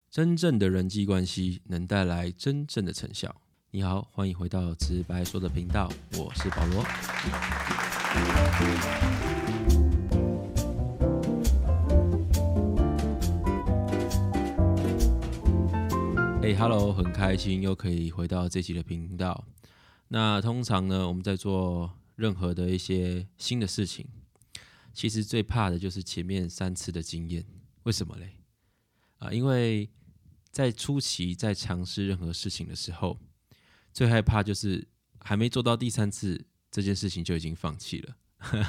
真正的人际关系能带来真正的成效。你好，欢迎回到直白说的频道，我是保罗。Hello， 很开心又可以回到这期的频道。那通常呢，我们在做任何的一些新的事情，其实最怕的就是前面3次的经验。为什么嘞？因为在初期在尝试任何事情的时候，最害怕就是还没做到第3次，这件事情就已经放弃了。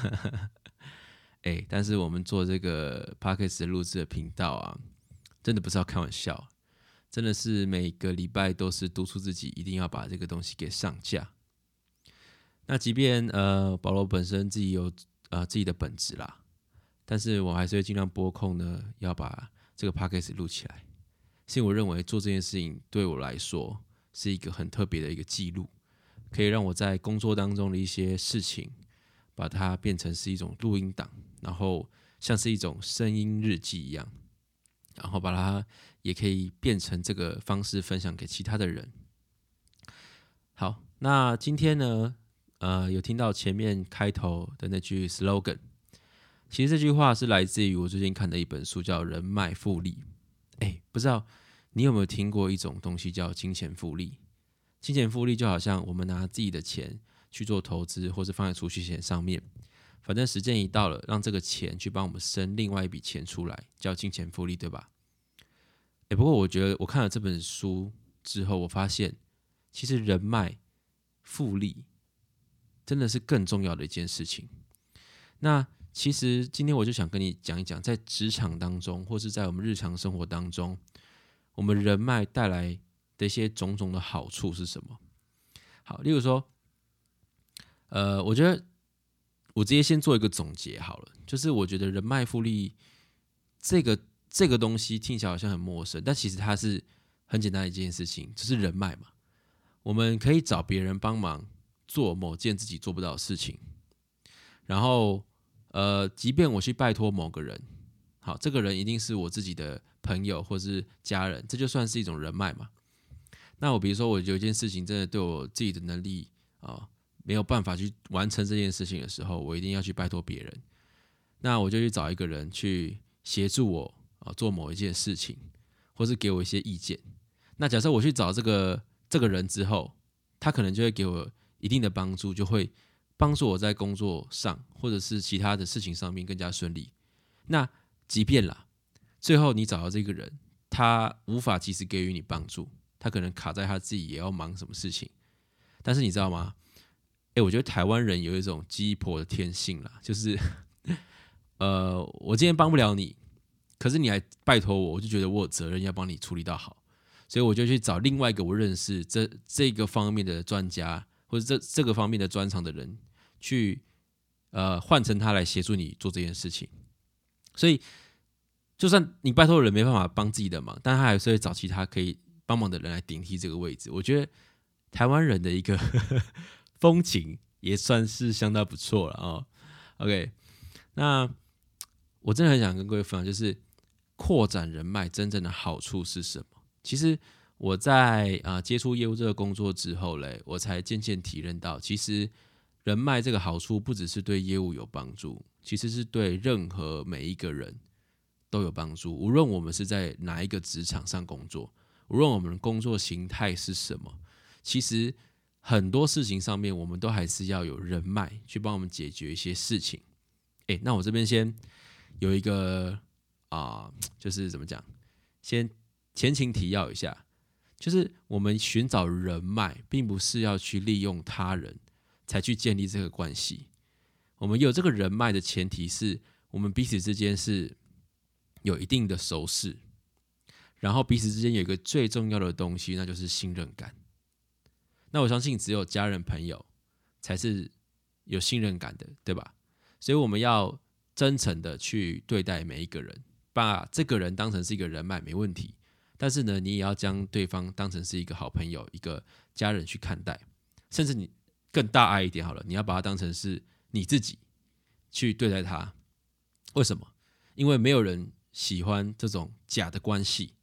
但是我们做这个 Podcast 的录制的频道啊，真的不是要开玩笑，真的是每个礼拜都是督促自己一定要把这个东西给上架。那即便保罗本身自己有自己的本职啦，但是我还是会尽量拨空呢，要把这个 Podcast 录起来。是因为我认为做这件事情对我来说是一个很特别的一个记录，可以让我在工作当中的一些事情，把它变成是一种录音档，然后像是一种声音日记一样，然后把它也可以变成这个方式分享给其他的人。好，那今天呢，有听到前面开头的那句 slogan， 其实这句话是来自于我最近看的一本书，叫《人脉复利》。不知道你有没有听过一种东西叫金钱复利？金钱复利就好像我们拿自己的钱去做投资，或是放在储蓄险上面，反正时间一到了，让这个钱去帮我们生另外一笔钱出来，叫金钱复利，对吧？不过我觉得我看了这本书之后，我发现其实人脉复利真的是更重要的一件事情。那其实今天我就想跟你讲一讲，在职场当中，或是在我们日常生活当中，我们人脉带来的一些种种的好处是什么？好，例如说，我觉得我直接先做一个总结好了，就是我觉得人脉复利这个东西听起来好像很陌生，但其实它是很简单的一件事情，就是人脉嘛。我们可以找别人帮忙做某件自己做不到的事情，然后即便我去拜托某个人，好，这个人一定是我自己的朋友或是家人，这就算是一种人脉嘛。那我比如说我有一件事情真的对我自己的能力没有办法去完成这件事情的时候，我一定要去拜托别人，那我就去找一个人去协助我做某一件事情，或是给我一些意见。那假设我去找这个人之后，他可能就会给我一定的帮助，就会帮助我在工作上或者是其他的事情上面更加顺利。那即便啦，最后你找到这个人，他无法及时给予你帮助，他可能卡在他自己也要忙什么事情。但是你知道吗？我觉得台湾人有一种鸡婆的天性啦，就是我今天帮不了你，可是你还拜托我，我就觉得我有责任要帮你处理到好，所以我就去找另外一个我认识这个方面的专家，或者这个方面的专长的人，去换成他来协助你做这件事情。所以就算你拜托的人没办法帮自己的忙，但他还是会找其他可以帮忙的人来顶替这个位置。我觉得台湾人的一个风情也算是相当不错了OK， 那我真的很想跟各位分享，就是扩展人脉真正的好处是什么？其实我在接触业务这个工作之后嘞，我才渐渐体认到，其实人脉这个好处不只是对业务有帮助，其实是对任何每一个人都有帮助。无论我们是在哪一个职场上工作，无论我们的工作形态是什么，其实很多事情上面我们都还是要有人脉去帮我们解决一些事情。那我这边先有一个就是怎么讲，先前情提要一下，就是我们寻找人脉，并不是要去利用他人才去建立这个关系。我们有这个人脉的前提是我们彼此之间是有一定的熟识，然后彼此之间有一个最重要的东西，那就是信任感。那我相信只有家人朋友才是有信任感的，对吧？所以我们要真诚的去对待每一个人，把这个人当成是一个人脉没问题，但是呢，你也要将对方当成是一个好朋友、一个家人去看待，甚至你更大爱一点好了，你要把他当成是你自己去对待他。为什么？因为没有人喜欢这种假的关系，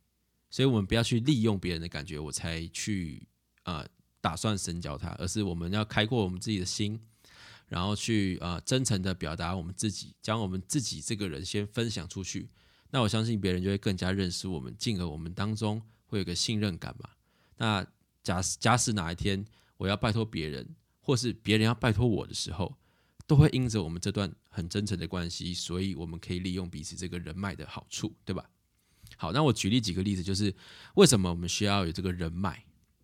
所以我们不要去利用别人的感觉，我才去打算深交他，而是我们要开阔我们自己的心，然后去真诚的表达我们自己，将我们自己这个人先分享出去。那我相信别人就会更加认识我们，进而我们当中会有个信任感嘛。那假使哪一天我要拜托别人，或是别人要拜托我的时候，都会因着我们这段很真诚的关系，所以我们可以利用彼此这个人脉的好处，对吧？好，那我举例几个例子，就是为什么我们需要有这个人脉。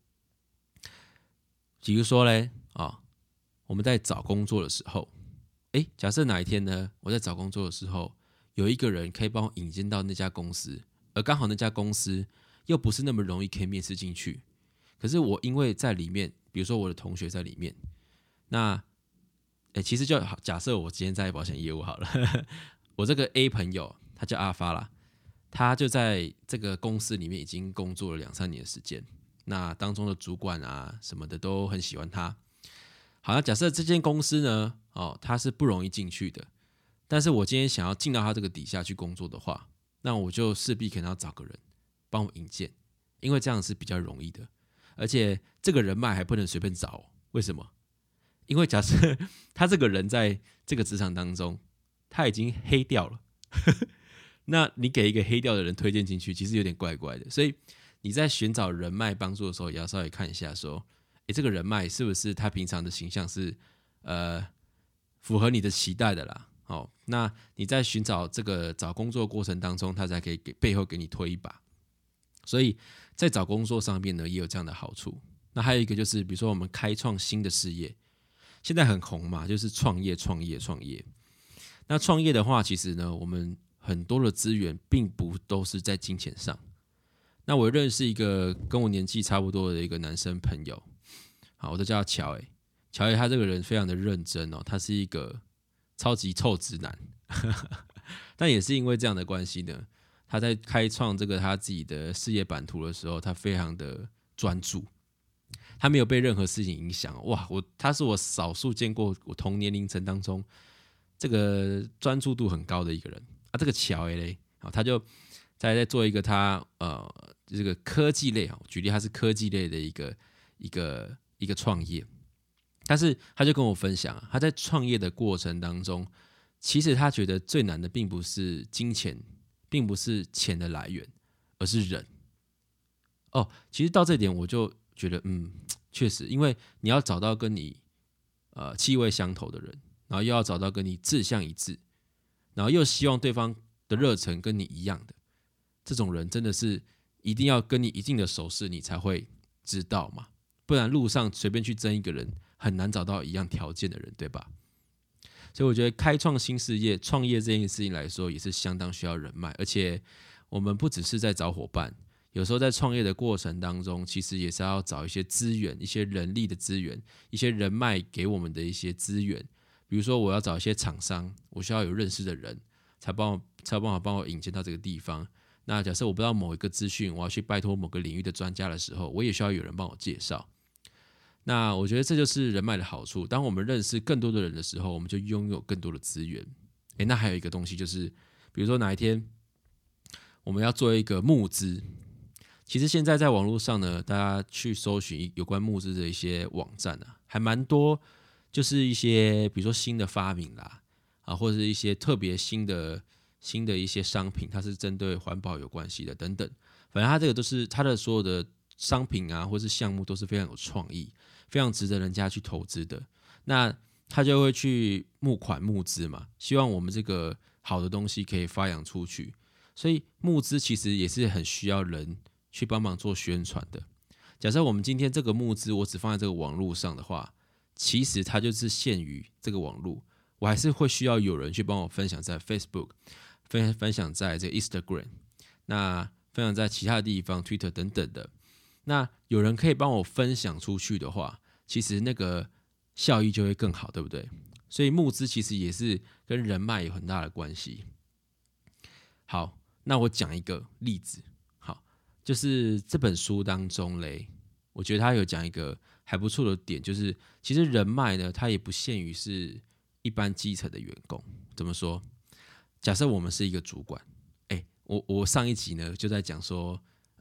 比如说嘞，我们在找工作的时候，假设哪一天呢，我在找工作的时候，有一个人可以帮我引荐到那家公司，而刚好那家公司又不是那么容易可以面试进去，可是我因为在里面，比如说我的同学在里面，那其实就好，假设我今天在保险业务好了，我这个 A 朋友他叫阿发啦，他就在这个公司里面已经工作了2-3年的时间，那当中的主管啊什么的都很喜欢他。好，那假设这间公司呢，它是不容易进去的，但是我今天想要进到他这个底下去工作的话，那我就势必可能要找个人帮我引荐，因为这样是比较容易的，而且这个人脉还不能随便找，为什么？因为假设他这个人在这个职场当中，他已经黑掉了，那你给一个黑掉的人推荐进去，其实有点怪怪的。所以你在寻找人脉帮助的时候，也要稍微看一下，说，这个人脉是不是他平常的形象是符合你的期待的啦？那你在寻找这个找工作的过程当中，他才可以背后给你推一把。所以在找工作上面呢，也有这样的好处。那还有一个就是，比如说我们开创新的事业。现在很红嘛，就是创业。那创业的话，其实呢，我们很多的资源并不都是在金钱上。那我认识一个跟我年纪差不多的一个男生朋友，好，我都叫他乔A。乔A他这个人非常的认真哦，他是一个超级臭直男，但也是因为这样的关系呢，他在开创这个他自己的事业版图的时候，他非常的专注。他没有被任何事情影响，哇！他是我少数见过我同年龄层当中这个专注度很高的一个人啊。这个乔 A 嘞，他就在做一个他这个科技类啊，举例他是科技类的一个创业，但是他就跟我分享，他在创业的过程当中，其实他觉得最难的并不是金钱，并不是钱的来源，而是人。其实到这点我就觉得，确实，因为你要找到跟你气味相投的人，然后又要找到跟你志向一致，然后又希望对方的热忱跟你一样的这种人，真的是一定要跟你一定的熟识，你才会知道嘛。不然路上随便去争一个人，很难找到一样条件的人，对吧？所以我觉得开创新事业、创业这件事情来说，也是相当需要人脉，而且我们不只是在找伙伴。有时候在创业的过程当中，其实也是要找一些资源、一些人力的资源、一些人脉给我们的一些资源。比如说，我要找一些厂商，我需要有认识的人，才有办法帮我引荐到这个地方。那假设我不知道某一个资讯，我要去拜托某个领域的专家的时候，我也需要有人帮我介绍。那我觉得这就是人脉的好处。当我们认识更多的人的时候，我们就拥有更多的资源。那还有一个东西就是，比如说哪一天我们要做一个募资。其实现在在网络上呢，大家去搜寻有关募资的一些网站啊，还蛮多，就是一些比如说新的发明啦，或者是一些特别新的一些商品，它是针对环保有关系的等等。反正它这个都是它的所有的商品啊，或是项目都是非常有创意，非常值得人家去投资的。那他就会去募款募资嘛，希望我们这个好的东西可以发扬出去。所以募资其实也是很需要人去帮忙做宣传的。假设我们今天这个募资我只放在这个网络上的话，其实它就是限于这个网络，我还是会需要有人去帮我分享在 Facebook， 分享在这个 Instagram， 那分享在其他地方 Twitter 等等的。那有人可以帮我分享出去的话，其实那个效益就会更好，对不对？所以募资其实也是跟人脉有很大的关系。好，那我讲一个例子。就是这本书当中嘞，我觉得他有讲一个还不错的点，就是其实人脉呢，它也不限于是一般基层的员工。怎么说？假设我们是一个主管，我上一集呢就在讲说，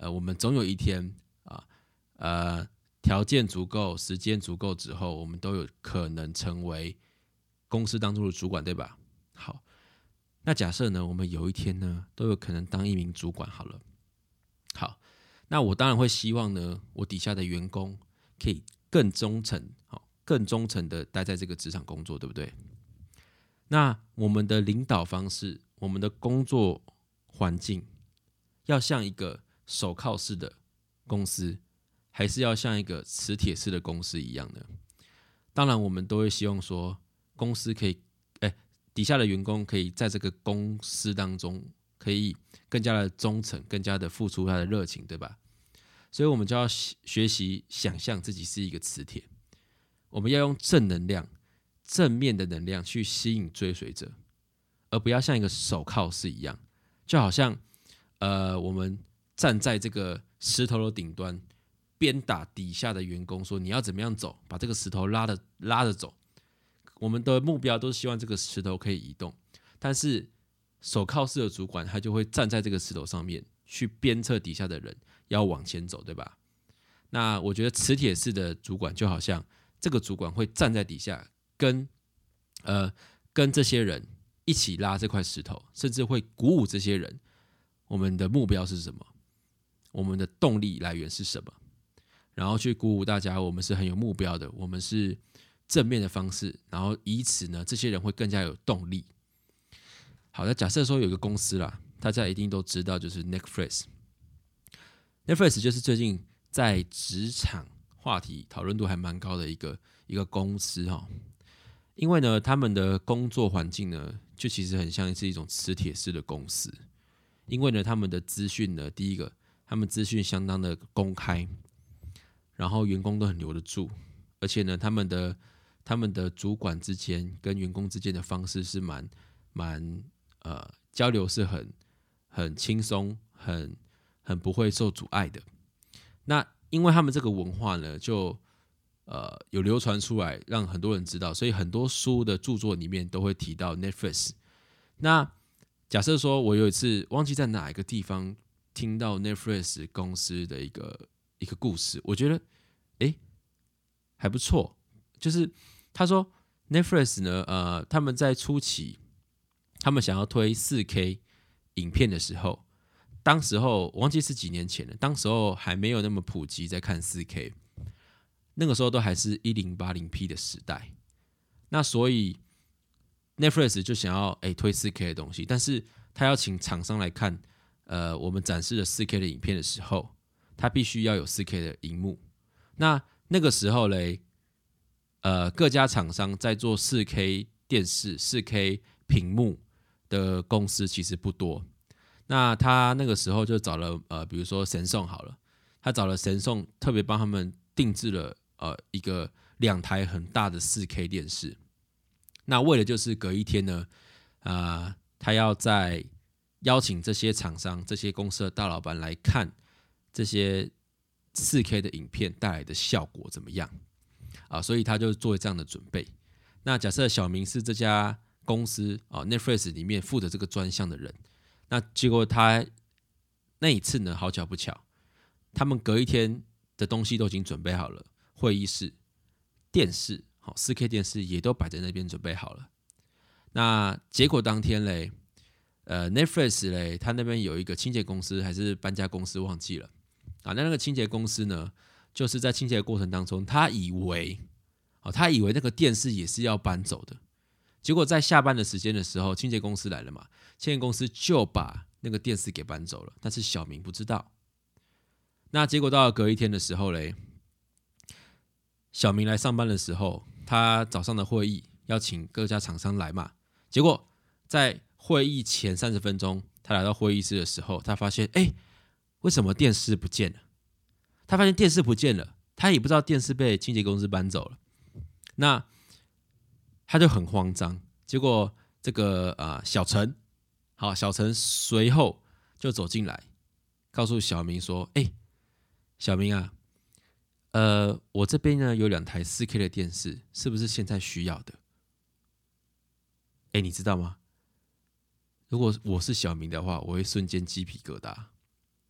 我们总有一天条件足够、时间足够之后，我们都有可能成为公司当中的主管，对吧？好，那假设呢，我们有一天呢，都有可能当一名主管好了。好，那我当然会希望呢，我底下的员工可以更忠诚，更忠诚的待在这个职场工作，对不对？那我们的领导方式，我们的工作环境，要像一个手铐式的公司，还是要像一个磁铁式的公司一样呢？当然，我们都会希望说，公司可以，底下的员工可以在这个公司当中，可以更加的忠诚，更加的付出他的热情，对吧？所以我们就要学习想象自己是一个磁铁，我们要用正能量、正面的能量去吸引追随者，而不要像一个手铐式一样，就好像我们站在这个石头的顶端，鞭打底下的员工说你要怎么样走，把这个石头拉着走。我们的目标都是希望这个石头可以移动，但是手铐式的主管他就会站在这个石头上面去鞭策底下的人要往前走，对吧？那我觉得磁铁式的主管就好像这个主管会站在底下跟这些人一起拉这块石头，甚至会鼓舞这些人。我们的目标是什么？我们的动力来源是什么？然后去鼓舞大家，我们是很有目标的，我们是正面的方式，然后以此呢，这些人会更加有动力。好的，假设说有一个公司啦，大家一定都知道，就是 Netflix。Netflix 就是最近在职场话题讨论度还蛮高的一个公司哈。因为呢，他们的工作环境呢，就其实很像是一种磁铁式的公司。因为呢，他们的资讯呢，第一个，他们资讯相当的公开，然后员工都很留得住，而且呢，他们的主管之间跟员工之间的方式是蛮交流是很轻松，很不会受阻碍的。那因为他们这个文化呢，就有流传出来，让很多人知道，所以很多书的著作里面都会提到 Netflix。那假设说我有一次忘记在哪一个地方听到 Netflix 公司的一个故事，我觉得还不错。就是他说 Netflix 呢，他们在初期他们想要推 4K 影片的时候，当时候我忘记是几年前了，当时候还没有那么普及在看 4K， 那个时候都还是 1080p 的时代。那所以 Netflix 就想要推 4K 的东西，但是他要请厂商来看我们展示的 4K 的影片的时候，他必须要有 4K 的荧幕。那个时候嘞，各家厂商在做 4K 电视、4K 屏幕的公司其实不多。那他那个时候就找了比如说神送好了，他找了神送特别帮他们定制了2台很大的 4K 电视。那为了就是隔一天呢，他要再邀请这些厂商、这些公司的大老板来看这些 4K 的影片带来的效果怎么样所以他就做这样的准备。那假设小明是这家公司Netflix 里面负责这个专项的人，那结果他那一次呢，好巧不巧，他们隔一天的东西都已经准备好了，会议室、电视。4K 电视也都摆在那边准备好了。那结果当天嘞，Netflix 嘞，他那边有一个清洁公司还是搬家公司忘记了那个清洁公司呢，就是在清洁的过程当中，他以为那个电视也是要搬走的。结果在下班的时间的时候，清洁公司来了嘛，清洁公司就把那个电视给搬走了，但是小明不知道。那结果到了隔一天的时候嘞，小明来上班的时候，他早上的会议要请各家厂商来嘛，结果在会议前30分钟，他来到会议室的时候，他发现为什么电视不见了？他发现电视不见了，他也不知道电视被清洁公司搬走了。那他就很慌张，结果这个小陈随后就走进来，告诉小明说：“小明啊。”我这边呢有2台 4K 的电视，是不是现在需要的？你知道吗？如果我是小明的话，我会瞬间鸡皮疙瘩。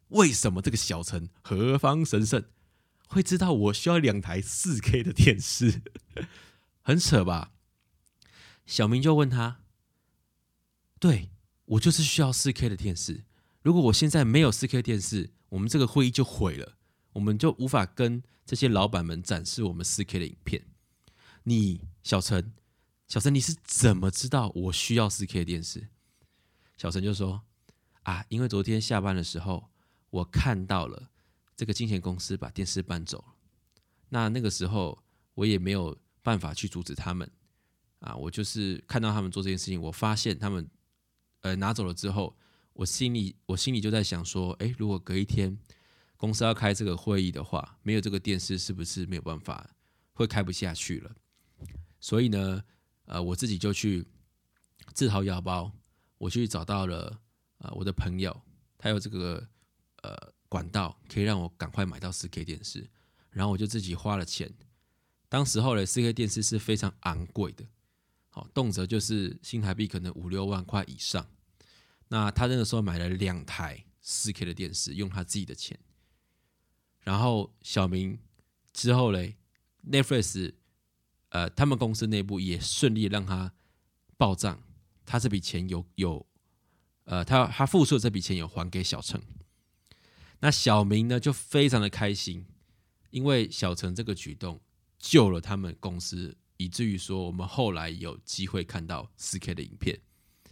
为什么这个小陈何方神圣会知道我需要2台 4K 的电视？很扯吧？小明就问他，对，我就是需要 4K 的电视。如果我现在没有 4K 电视，我们这个会议就毁了，我们就无法跟这些老板们展示我们 4K 的影片。你小陈，你是怎么知道我需要 4K 的电视？小陈就说啊，因为昨天下班的时候，我看到了这个金钱公司把电视搬走了。那个时候我也没有办法去阻止他们啊，我就是看到他们做这件事情，我发现他们拿走了之后，我心里就在想说，如果隔一天公司要开这个会议的话，没有这个电视是不是没有办法，会开不下去了？所以呢，我自己就去自掏腰包，我去找到了我的朋友，他有这个管道，可以让我赶快买到 4K 电视，然后我就自己花了钱。当时候的 4K 电视是非常昂贵的，动辄就是新台币可能5、6万块以上。那他那个时候买了2台 4K 的电视，用他自己的钱。然后小明之后嘞 ，Netflix 他们公司内部也顺利让他报账，他这笔钱他付出的这笔钱有还给小陈。那小明呢就非常的开心，因为小陈这个举动救了他们公司，以至于说我们后来有机会看到 4K 的影片。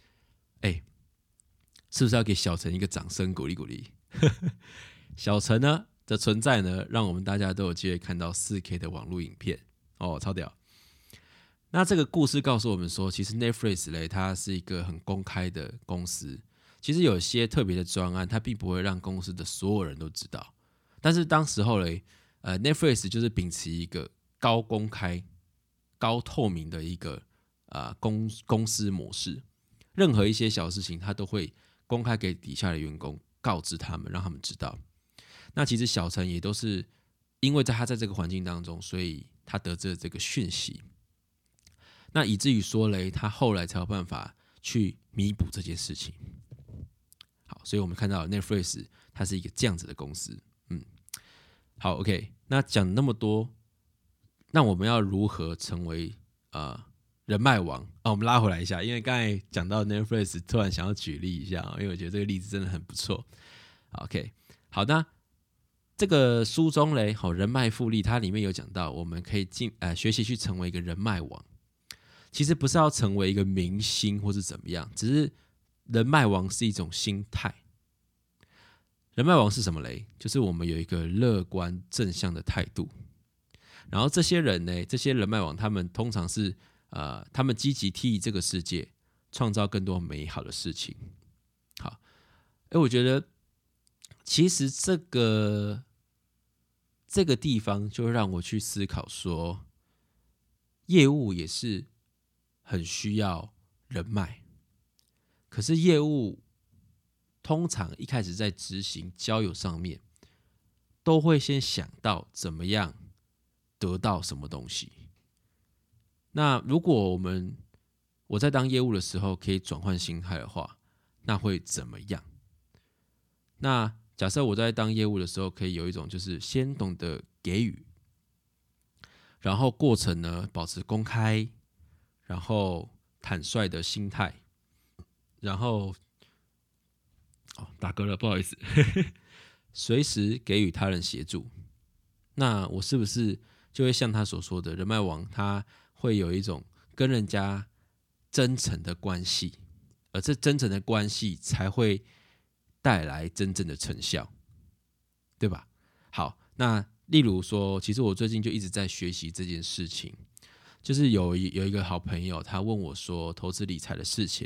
是不是要给小陈一个掌声鼓励鼓励？小陈呢的存在呢，让我们大家都有机会看到 4K 的网络影片哦，超屌！那这个故事告诉我们说，其实 Netflix 嘞，它是一个很公开的公司。其实有些特别的专案，它并不会让公司的所有人都知道。但是当时候嘞，Netflix 就是秉持一个高公开、高透明的一个公司模式，任何一些小事情，它都会公开给底下的员工，告知他们，让他们知道。那其实小陈也都是因为他在这个环境当中，所以他得知了这个讯息。那以至于说嘞，他后来才有办法去弥补这件事情。好，所以我们看到 Netflix 它是一个这样子的公司。好 ，OK。那讲那么多，那我们要如何成为人脉王我们拉回来一下，因为刚才讲到 Netflix， 突然想要举例一下因为我觉得这个例子真的很不错。OK， 好，那这个书中嘞，人脉复利，它里面有讲到，我们可以学习去成为一个人脉王。其实不是要成为一个明星或是怎么样，只是人脉王是一种心态。人脉王是什么嘞？就是我们有一个乐观正向的态度。然后这些人呢，这些人脉王，他们通常是他们积极替这个世界创造更多美好的事情。好，我觉得其实这个地方就让我去思考说，业务也是很需要人脉，可是业务通常一开始在执行交友上面，都会先想到怎么样得到什么东西。那如果我在当业务的时候可以转换心态的话，那会怎么样？那假设我在当业务的时候可以有一种就是先懂得给予，然后过程呢保持公开，然后坦率的心态，然后打嗝了，不好意思，随时给予他人协助。那我是不是就会像他所说的人脉王，他会有一种跟人家真诚的关系，而这真诚的关系才会带来真正的成效，对吧？好，那例如说，其实我最近就一直在学习这件事情，就是有一个好朋友，他问我说投资理财的事情。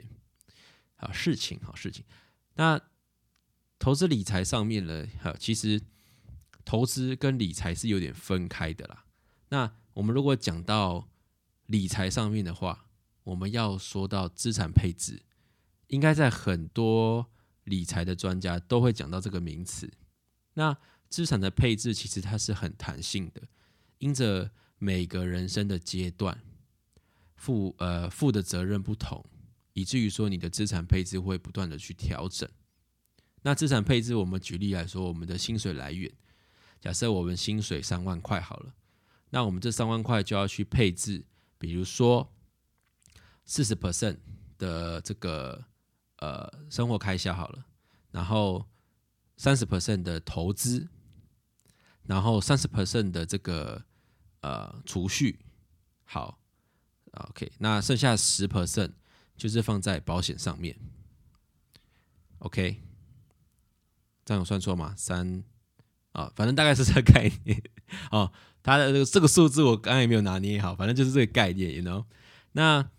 那投资理财上面呢，其实投资跟理财是有点分开的啦。那我们如果讲到理财上面的话，我们要说到资产配置，应该在很多理财的专家都会讲到这个名词。那资产的配置其实它是很弹性的，因着每个人生的阶段负的责任不同，以至于说你的资产配置会不断的去调整。 那资产配置，我们举例来说，我们的薪水来源，假设我们薪水3万块好了，那我们这3万块就要去配置，比如说40% 的这个生活开销好了，然后30% 的投资，然后30% 的这个储蓄，好 ，OK， 那剩下10% 就是放在保险上面 ，OK， 这样有算错吗？3反正大概是这个概念哦。它的这个数字我刚才也没有拿捏好，反正就是这个概念 ，you know。那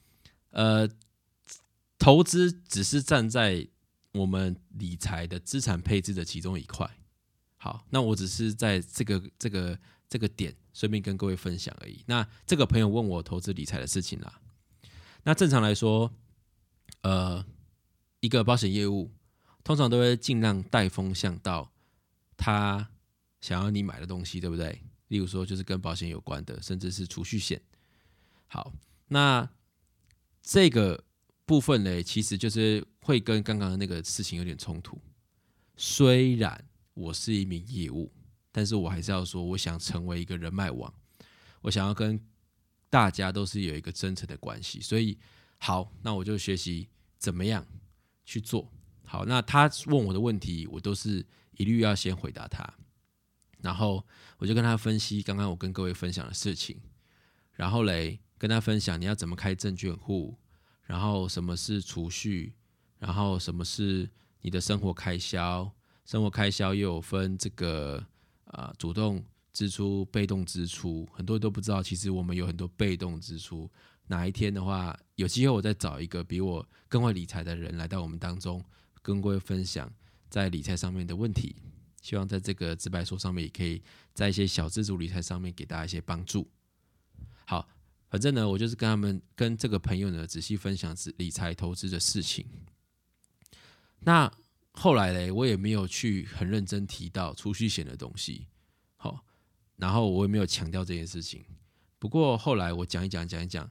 投资只是站在我们理财的资产配置的其中一块。好，那我只是在这个点顺便跟各位分享而已。那这个朋友问我投资理财的事情啦，那正常来说，一个保险业务通常都会尽量带风向到他想要你买的东西，对不对？例如说就是跟保险有关的，甚至是储蓄险。好，那这个部分呢，其实就是会跟刚刚的那个事情有点冲突。虽然我是一名业务，但是我还是要说，我想成为一个人脉网，我想要跟大家都是有一个真诚的关系。所以，好，那我就学习怎么样去做。好，那他问我的问题，我都是一律要先回答他，然后我就跟他分析刚刚我跟各位分享的事情，然后嘞跟他分享你要怎么开证券户，然后什么是储蓄，然后什么是你的生活开销，生活开销又有分这个主动支出、被动支出，很多人都不知道，其实我们有很多被动支出。哪一天的话，有机会我再找一个比我更会理财的人来到我们当中，跟各位分享在理财上面的问题。希望在这个自白说上面，也可以在一些小自主理财上面给大家一些帮助。好，反正呢，我就是跟这个朋友呢仔细分享理财投资的事情。那后来嘞，我也没有去很认真提到储蓄险的东西，好，然后我也没有强调这件事情。不过后来我讲一讲，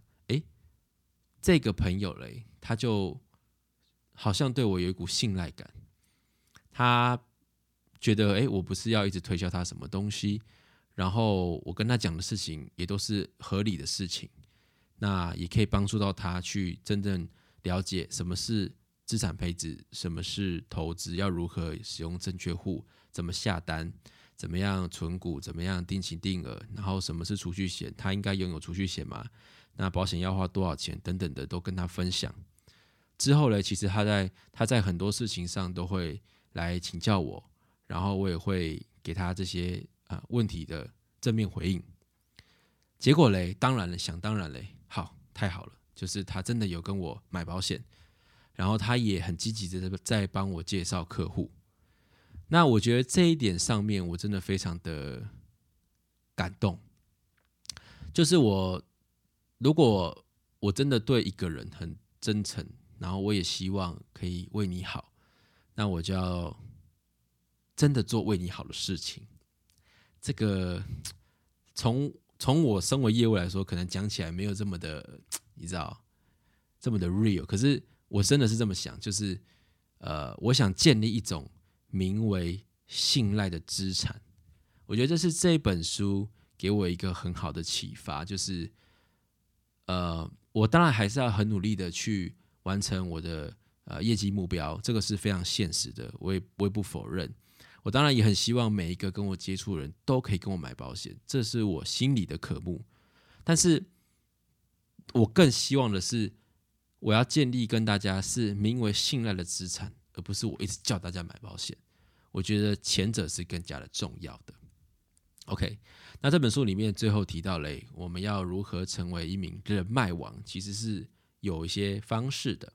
这个朋友嘞，他就好像对我有一股信赖感，他觉得我不是要一直推销他什么东西，然后我跟他讲的事情也都是合理的事情，那也可以帮助到他去真正了解什么是资产配置，什么是投资，要如何使用证券户，怎么下单，怎么样存股，怎么样定期定额，然后什么是储蓄险，他应该拥有储蓄险吗？那保险要花多少钱等等的都跟他分享。之后呢，其实他在很多事情上都会来请教我，然后我也会给他这些问题的正面回应。结果嘞，当然了，想当然嘞，好，太好了，就是他真的有跟我买保险，然后他也很积极的在帮我介绍客户。那我觉得这一点上面，我真的非常的感动。就是如果我真的对一个人很真诚，然后我也希望可以为你好，那我就要真的做为你好的事情。这个从我身为业务来说，可能讲起来没有这么的，你知道，这么的 real。可是我真的是这么想，就是我想建立一种名为信赖的资产。我觉得这是这一本书给我一个很好的启发，就是我当然还是要很努力的去完成我的业绩目标，这个是非常现实的，我也不否认。我当然也很希望每一个跟我接触的人都可以跟我买保险，这是我心里的渴慕。但是我更希望的是，我要建立跟大家是名为信赖的资产，而不是我一直叫大家买保险。我觉得前者是更加的重要的。OK， 那这本书里面最后提到了我们要如何成为一名人脉王，其实是有一些方式的。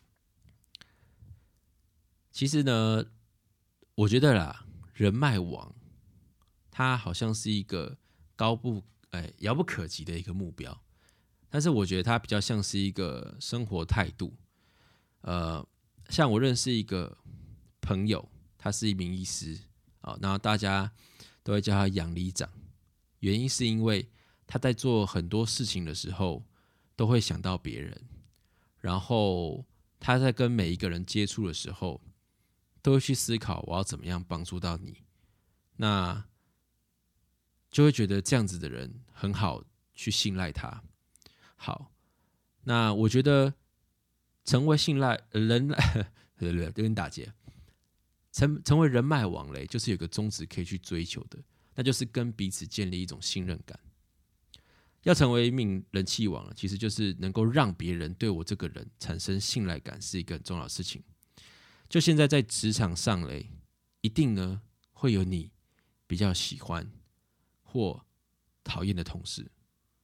其实呢，我觉得啦，人脉网它好像是一个遥不可及的一个目标，但是我觉得它比较像是一个生活态度。像我认识一个朋友，他是一名医师然后大家都会叫他杨里长，原因是因为他在做很多事情的时候都会想到别人，然后他在跟每一个人接触的时候， 都会去思考我要怎么样帮助到你，那就会觉得这样子的人很好去信赖他。好，那我觉得成为信赖人，有点打结，成为人脉网嘞，就是有个宗旨可以去追求的，那就是跟彼此建立一种信任感。要成为一名人气王，其实就是能够让别人对我这个人产生信赖感，是一个很重要的事情。就现在在职场上嘞，一定呢会有你比较喜欢或讨厌的同事。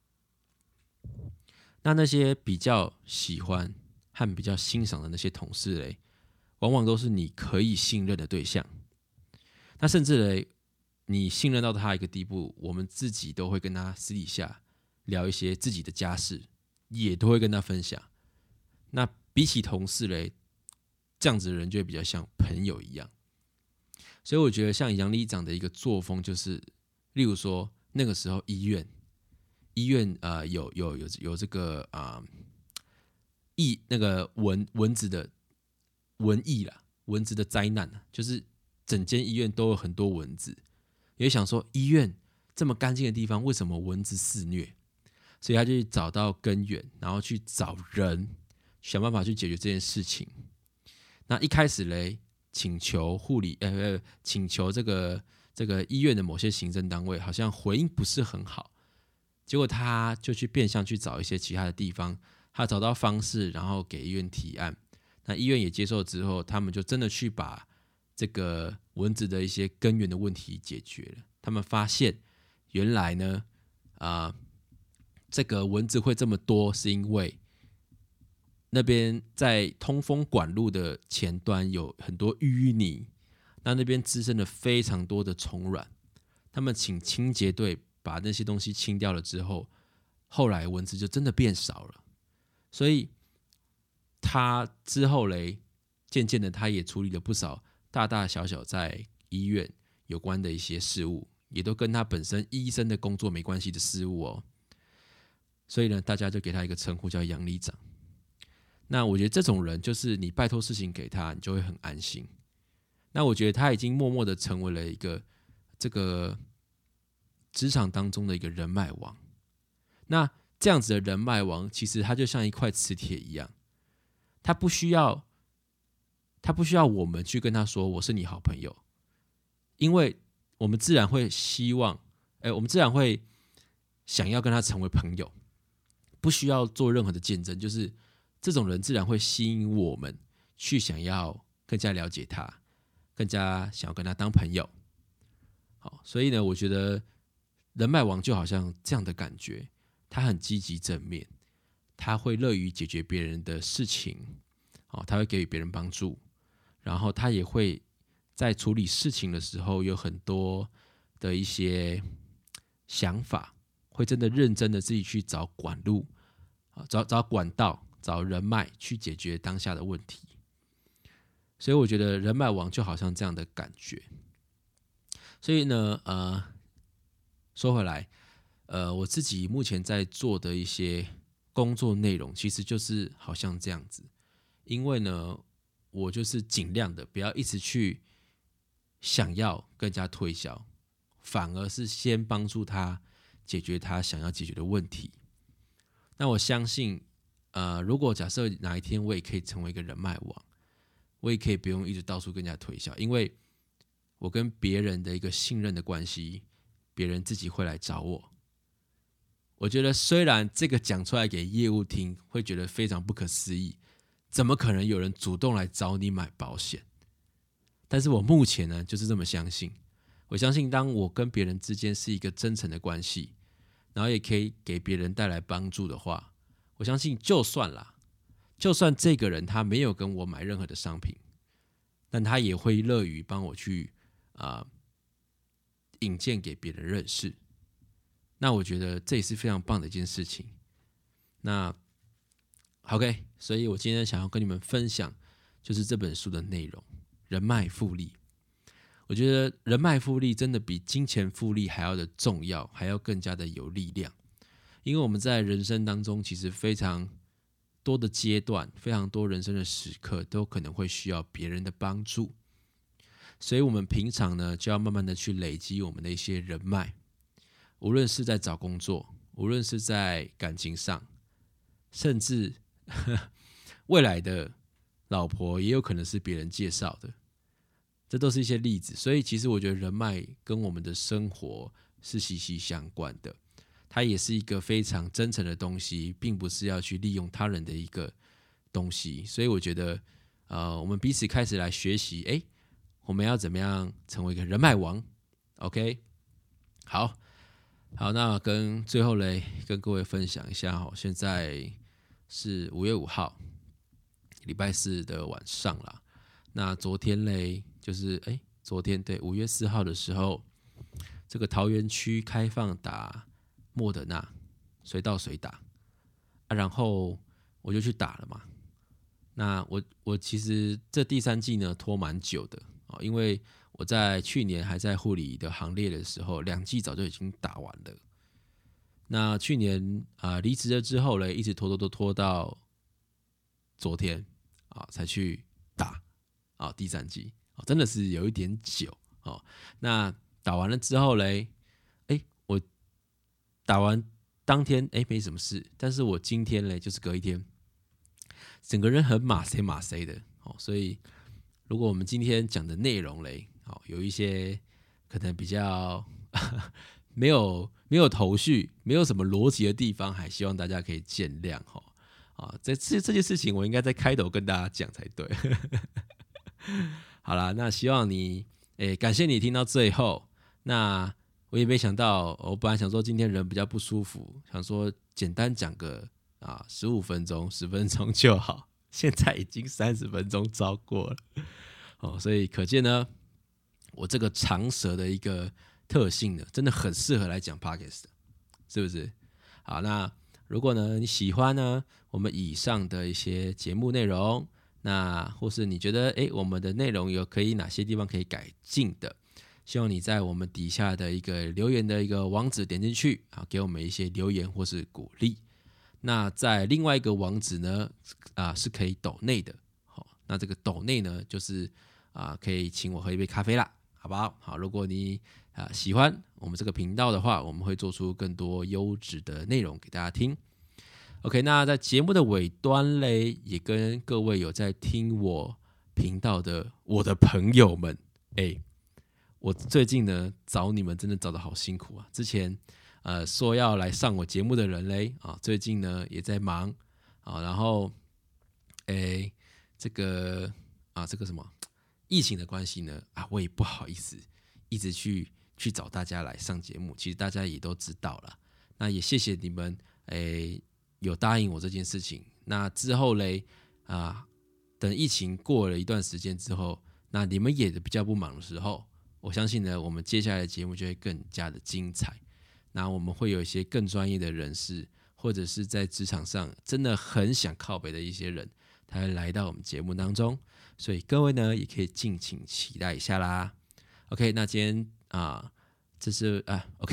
那些比较喜欢和比较欣赏的那些同事嘞，往往都是你可以信任的对象。那甚至嘞，你信任到他一个地步，我们自己都会跟他私底下聊一些自己的家事，也都会跟他分享。那比起同事嘞，这样子的人就会比较像朋友一样。所以我觉得像杨里长的一个作风，就是例如说那个时候医院有这个那个蚊子的蚊疫啦，蚊子的灾难，就是整间医院都有很多蚊子。也会想说，医院这么干净的地方，为什么蚊子肆虐？所以他就去找到根源，然后去找人，想办法去解决这件事情。那一开始嘞，请求请求这个医院的某些行政单位，好像回应不是很好。结果他就去变相去找一些其他的地方，他找到方式，然后给医院提案。那医院也接受之后，他们就真的去把这个蚊子的一些根源的问题解决了。他们发现，原来呢，这个蚊子会这么多，是因为那边在通风管路的前端有很多淤泥，那边滋生了非常多的虫卵。他们请清洁队把那些东西清掉了之后，后来蚊子就真的变少了。所以他之后嘞，渐渐的他也处理了不少大大小小在医院有关的一些事务，也都跟他本身医生的工作没关系的事务哦。所以呢，大家就给他一个称呼叫杨里长。那我觉得这种人就是你拜托事情给他，你就会很安心。那我觉得他已经默默的成为了一个这个职场当中的一个人脉网。那这样子的人脉网，其实它就像一块磁铁一样，他不需要我们去跟他说我是你好朋友，因为我们自然会希望，我们自然会想要跟他成为朋友，不需要做任何的见证，就是这种人自然会吸引我们去想要更加了解他，更加想要跟他当朋友。好，所以呢，我觉得人脉网就好像这样的感觉，他很积极正面，他会乐于解决别人的事情，他会给予别人帮助，然后他也会在处理事情的时候有很多的一些想法，会真的认真的自己去找管路，找管道，找人脉去解决当下的问题。所以我觉得人脉网就好像这样的感觉。所以呢，说回来，我自己目前在做的一些工作内容，其实就是好像这样子。因为呢，我就是尽量的不要一直去想要跟人家推销，反而是先帮助他解决他想要解决的问题。那我相信，如果假设哪一天我也可以成为一个人脉网，我也可以不用一直到处跟人家推销，因为我跟别人的一个信任的关系，别人自己会来找我。我觉得虽然这个讲出来给业务听，会觉得非常不可思议，怎么可能有人主动来找你买保险？但是我目前呢，就是这么相信。我相信，当我跟别人之间是一个真诚的关系，然后也可以给别人带来帮助的话，我相信就算这个人他没有跟我买任何的商品，但他也会乐于帮我去引荐给别人认识。那我觉得这也是非常棒的一件事情。那 OK， 所以我今天想要跟你们分享就是这本书的内容，人脉复利。我觉得人脉复利真的比金钱复利还要的重要，还要更加的有力量。因为我们在人生当中，其实非常多的阶段，非常多人生的时刻，都可能会需要别人的帮助。 所以我们平常呢就要慢慢的去累积我们的一些人脉，无论是在找工作，无论是在感情上，甚至未来的老婆也有可能是别人介绍的，这都是一些例子。所以其实我觉得人脉跟我们的生活是息息相关的，它也是一个非常真诚的东西，并不是要去利用他人的一个东西。所以我觉得我们彼此开始来学习，我们要怎么样成为一个人脉王 OK。 好，那最后嘞跟各位分享一下，现在是5月5号礼拜四的晚上啦。那昨天嘞就是昨天对5月4号的时候，这个桃园区开放打莫德纳，随到随打然后我就去打了嘛。那我其实这第3剂呢拖蛮久的因为我在去年还在护理的行列的时候，2剂早就已经打完了。那去年离职了之后呢，一直拖到昨天才去打第3剂真的是有一点久那打完了之后嘞，我打完当天没什么事，但是我今天嘞就是隔一天，整个人很马塞的所以如果我们今天讲的内容嘞有一些可能比较没有头绪，没有什么逻辑的地方，还希望大家可以见谅这件事情我应该在开头跟大家讲才对好啦，那希望你感谢你听到最后。那我也没想到，我本来想说今天人比较不舒服，想说简单讲个15分钟10分钟就好，现在已经30分钟超过了所以可见呢，我这个长舌的一个特性呢，真的很适合来讲 Podcast 的，是不是？好，那如果呢你喜欢呢我们以上的一些节目内容，那或是你觉得我们的内容有哪些地方可以改进的，希望你在我们底下的一个留言的一个网址点进去给我们一些留言或是鼓励。那在另外一个网址呢是可以抖内的那这个抖内呢就是可以请我喝一杯咖啡啦，好不好？好，如果你喜欢我们这个频道的话，我们会做出更多优质的内容给大家听。OK， 那在节目的尾端嘞，也跟各位有在听我频道的我的朋友们，我最近呢找你们真的找得好辛苦之前说要来上我节目的人嘞最近呢也在忙然后这个什么疫情的关系呢我也不好意思一直去找大家来上节目，其实大家也都知道了。那也谢谢你们有答应我这件事情。那之后嘞等疫情过了一段时间之后，那你们也比较不忙的时候，我相信呢我们接下来的节目就会更加的精彩。那我们会有一些更专业的人士，或者是在职场上真的很想靠北的一些人，他会来到我们节目当中，所以各位呢也可以敬请期待一下啦。OK， 那今天这是OK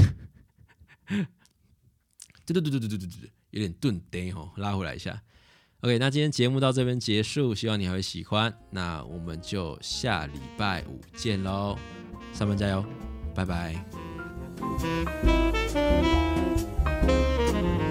对，有点顿呆拉回来一下。OK， 那今天节目到这边结束，希望你还会喜欢。那我们就下礼拜5见咯，上班加油，拜拜。